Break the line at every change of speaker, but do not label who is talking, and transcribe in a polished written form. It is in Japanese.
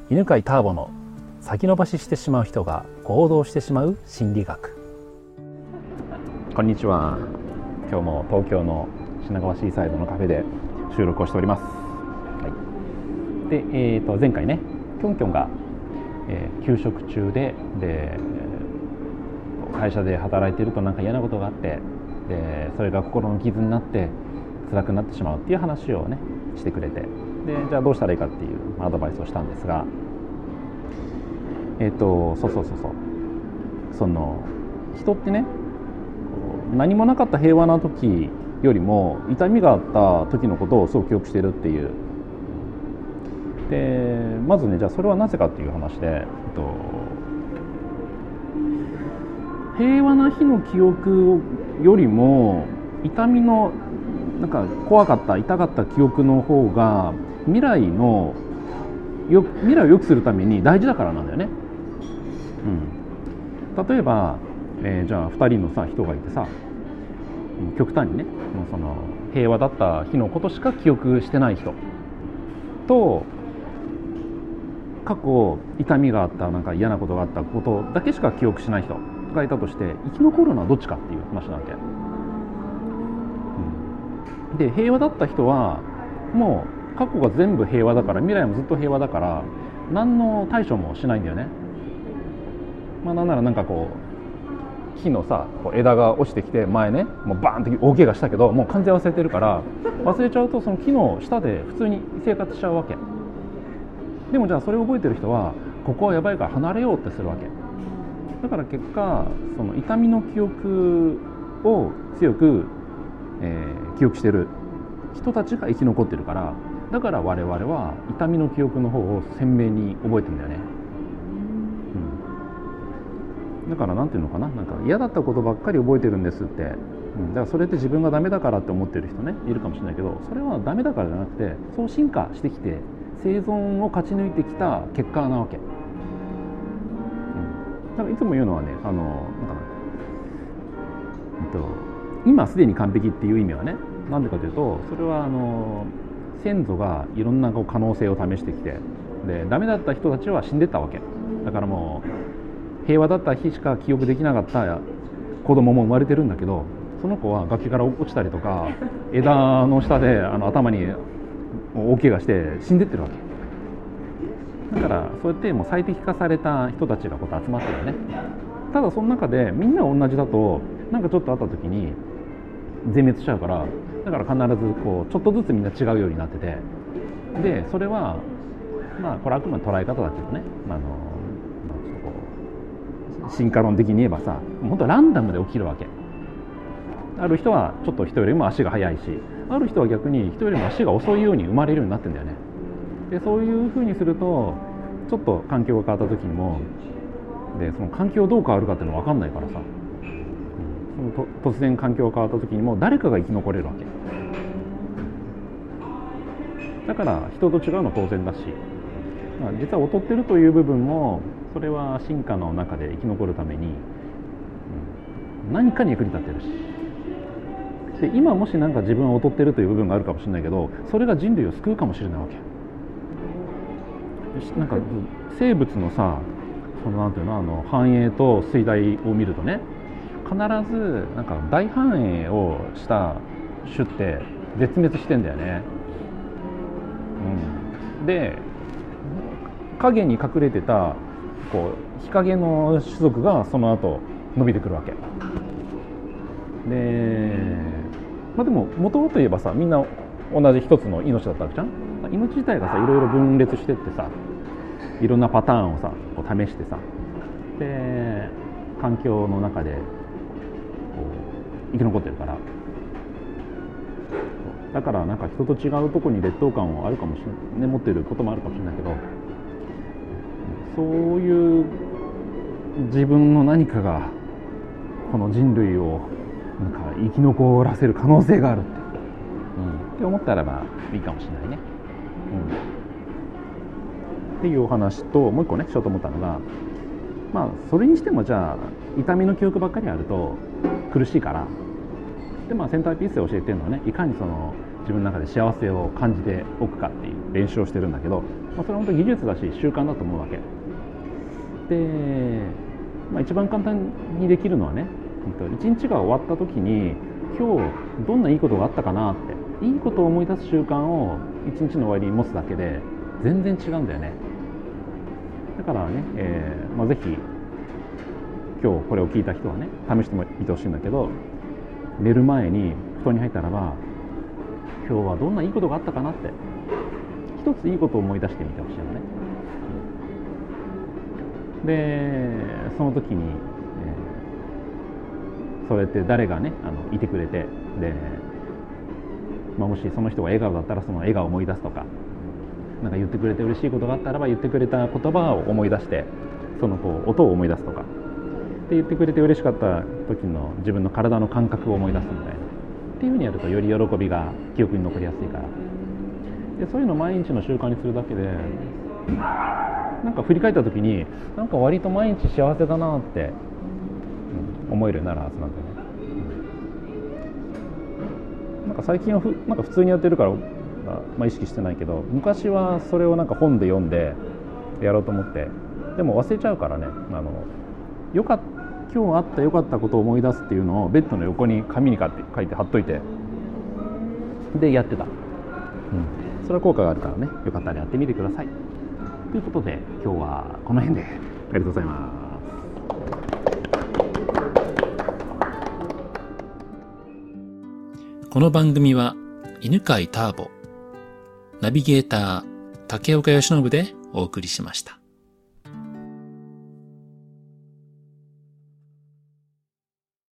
犬飼ターボの先延ばししてしまう人が行動してしまう心理学。こんにちは。今日も東京の品川シーサイドのカフェで収録をしております。はい、で、前回ね、きょんきょんが、休職中で会社で働いているとなんか嫌なことがあって、でそれが心の傷になって辛くなってしまうっていう話をねしてくれて、でじゃあどうしたらいいかっていうアドバイスをしたんですが、その人ってね、何もなかった平和な時よりも痛みがあった時のことをすごく記憶しているっていう。でまずね、じゃあそれはなぜかっていう話で、平和な日の記憶よりも痛みのなんか怖かった痛かった記憶の方が未来を良くするために大事だからなんだよね。例えば、じゃあ2人のさ人がいてさ、極端にね、もうその平和だった日のことしか記憶してない人と、過去痛みがあったなんか嫌なことがあったことだけしか記憶しない人がいたとして、生き残るのはどっちかっていう話なわけ。で平和だった人はもう過去が全部平和だから、未来もずっと平和だから何の対処もしないんだよね。なんならなんかこう木のさこう枝が落ちてきて前ね、もうバーンって大怪我したけどもう完全忘れてるから、忘れちゃうとその木の下で普通に生活しちゃうわけ。でもじゃあそれを覚えてる人はここはやばいから離れようってするわけだから、結果その痛みの記憶を強く、記憶してる人たちが生き残ってるから、だから我々は痛みの記憶の方を鮮明に覚えてるんだよね。だからなんていうのかな、なんか嫌だったことばっかり覚えてるんですって、だからそれって自分がダメだからって思ってる人ねいるかもしれないけど、それはダメだからじゃなくて、そう進化してきて生存を勝ち抜いてきた結果なわけ。だからいつも言うのはね、今すでに完璧っていう意味はね、なんでかというと、それは先祖がいろんな可能性を試してきて、でダメだった人たちは死んでったわけだから、もう平和だった日しか記憶できなかった子供も生まれてるんだけど、その子は崖から落ちたりとか枝の下で頭に大怪我して死んでってるわけだから、そうやってもう最適化された人たちが集まってるよね。ただその中でみんな同じだとなんかちょっとあった時に全滅しちゃうから、だから必ずこうちょっとずつみんな違うようになってて、でそれはこれあくまで捉え方だけどね、進化論的に言えばさ、本当ランダムで起きるわけ。ある人はちょっと人よりも足が速いし、ある人は逆に人よりも足が遅いように生まれるようになってるんだよね。でそういう風にすると、ちょっと環境が変わった時にも、でその環境どう変わるかっていうのは分かんないからさ、その突然環境が変わった時にも誰かが生き残れるわけだから、人と違うの当然だし、実は劣ってるという部分も、それは進化の中で生き残るために何かに役に立ってるし、で今もしなんか自分は劣ってるという部分があるかもしれないけど、それが人類を救うかもしれないわけ。なんか生物のさ、そのなんていうの、繁栄と衰退を見るとね、必ずなんか大繁栄をした種って絶滅してんだよね。で影に隠れてたこう日陰の種族がその後伸びてくるわけで、でも元々言えばさ、みんな同じ一つの命だったわけじゃん。命自体がさいろいろ分裂してってさ、いろんなパターンをさこう試してさ、で環境の中でこう生き残ってるから、だからなんか人と違うとこに劣等感はあるかもしれないね、持ってることもあるかもしれないけど、そういう自分の何かがこの人類をなんか生き残らせる可能性があるって思ったらいいかもしれないね。っていうお話と、もう一個ねしようと思ったのが、それにしてもじゃあ痛みの記憶ばっかりあると苦しいから、でセンターピースで教えてるのはね、いかにその自分の中で幸せを感じておくかっていう練習をしてるんだけど、 それは本当に技術だし習慣だと思うわけで、一番簡単にできるのはね、一日が終わった時に今日どんないいことがあったかなって、いいことを思い出す習慣を一日の終わりに持つだけで全然違うんだよね。だからね、ぜひ今日これを聞いた人はね、試してみてほしいんだけど、寝る前に布団に入ったらば、今日はどんないいことがあったかなって一ついいことを思い出してみてほしいのね。でその時に、そうやって誰がねいてくれて、で、もしその人が笑顔だったらその笑顔を思い出すとか、なんか言ってくれて嬉しいことがあったらば言ってくれた言葉を思い出して、その音を思い出すとかで、言ってくれて嬉しかった時の自分の体の感覚を思い出すみたいなっていうふうにやると、より喜びが記憶に残りやすいから。でそういうのを毎日の習慣にするだけで、なんか振り返った時になんか割と毎日幸せだなって、思えるようになるはずなんだよね。なんか最近はなんか普通にやってるから、意識してないけど、昔はそれをなんか本で読んでやろうと思って、でも忘れちゃうからね、今日あった良かったことを思い出すっていうのをベッドの横に紙に書いて貼っといて、でやってた、それは効果があるからね、よかったらやってみてください。ということで今日はこの辺で、ありがとうございます。
この番組は犬飼ターボ、ナビゲーター竹岡由伸でお送りしました。